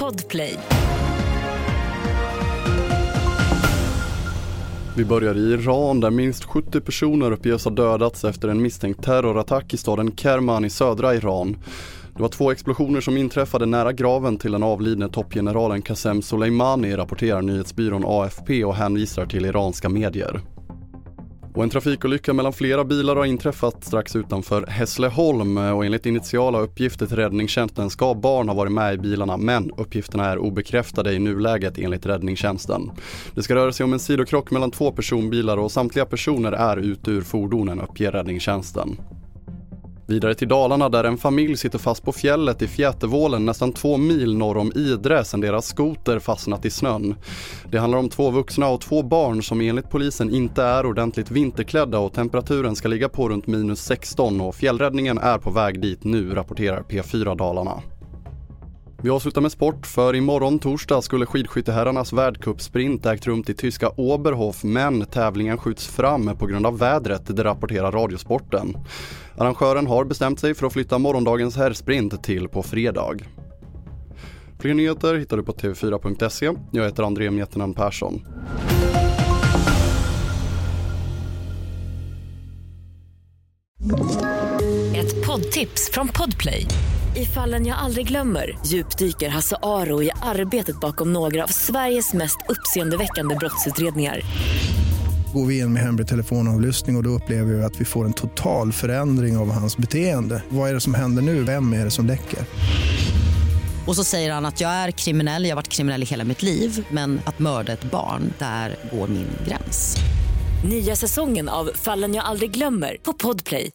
Podplay. Vi börjar i Iran där minst 70 personer uppges ha dödats efter en misstänkt terrorattack i staden Kerman i södra Iran. Det var 2 explosioner som inträffade nära graven till den avlidne toppgeneralen Qasem Soleimani, rapporterar nyhetsbyrån AFP och hänvisar till iranska medier. Och en trafikolycka mellan flera bilar har inträffat strax utanför Hässleholm och enligt initiala uppgifter till räddningstjänsten ska barn ha varit med i bilarna, men uppgifterna är obekräftade i nuläget enligt räddningstjänsten. Det ska röra sig om en sidokrock mellan 2 personbilar och samtliga personer är ute ur fordonen, uppger räddningstjänsten. Vidare till Dalarna där en familj sitter fast på fjället i Fjätervålen nästan 2 mil norr om Idre sedan deras skoter fastnat i snön. Det handlar om 2 vuxna och 2 barn som enligt polisen inte är ordentligt vinterklädda och temperaturen ska ligga på runt minus 16 och fjällräddningen är på väg dit nu, rapporterar P4 Dalarna. Vi avslutar med sport, för imorgon torsdag skulle skidskytteherrarnas världscupsprint ägt rum till tyska Oberhof, men tävlingen skjuts fram på grund av vädret, det rapporterar Radiosporten. Arrangören har bestämt sig för att flytta morgondagens herrsprint till på fredag. Fler nyheter hittar du på tv4.se. Jag heter André Mjetternan Persson. Ett poddtips från Podplay. I Fallen jag aldrig glömmer djupdyker Hasse Aro i arbetet bakom några av Sveriges mest uppseendeväckande brottsutredningar. Går vi in med hemlig telefonavlyssning och då upplever vi att vi får en total förändring av hans beteende. Vad är det som händer nu? Vem är det som läcker? Och så säger han att jag är kriminell, jag har varit kriminell i hela mitt liv. Men att mörda ett barn, där går min gräns. Nya säsongen av Fallen jag aldrig glömmer på Podplay.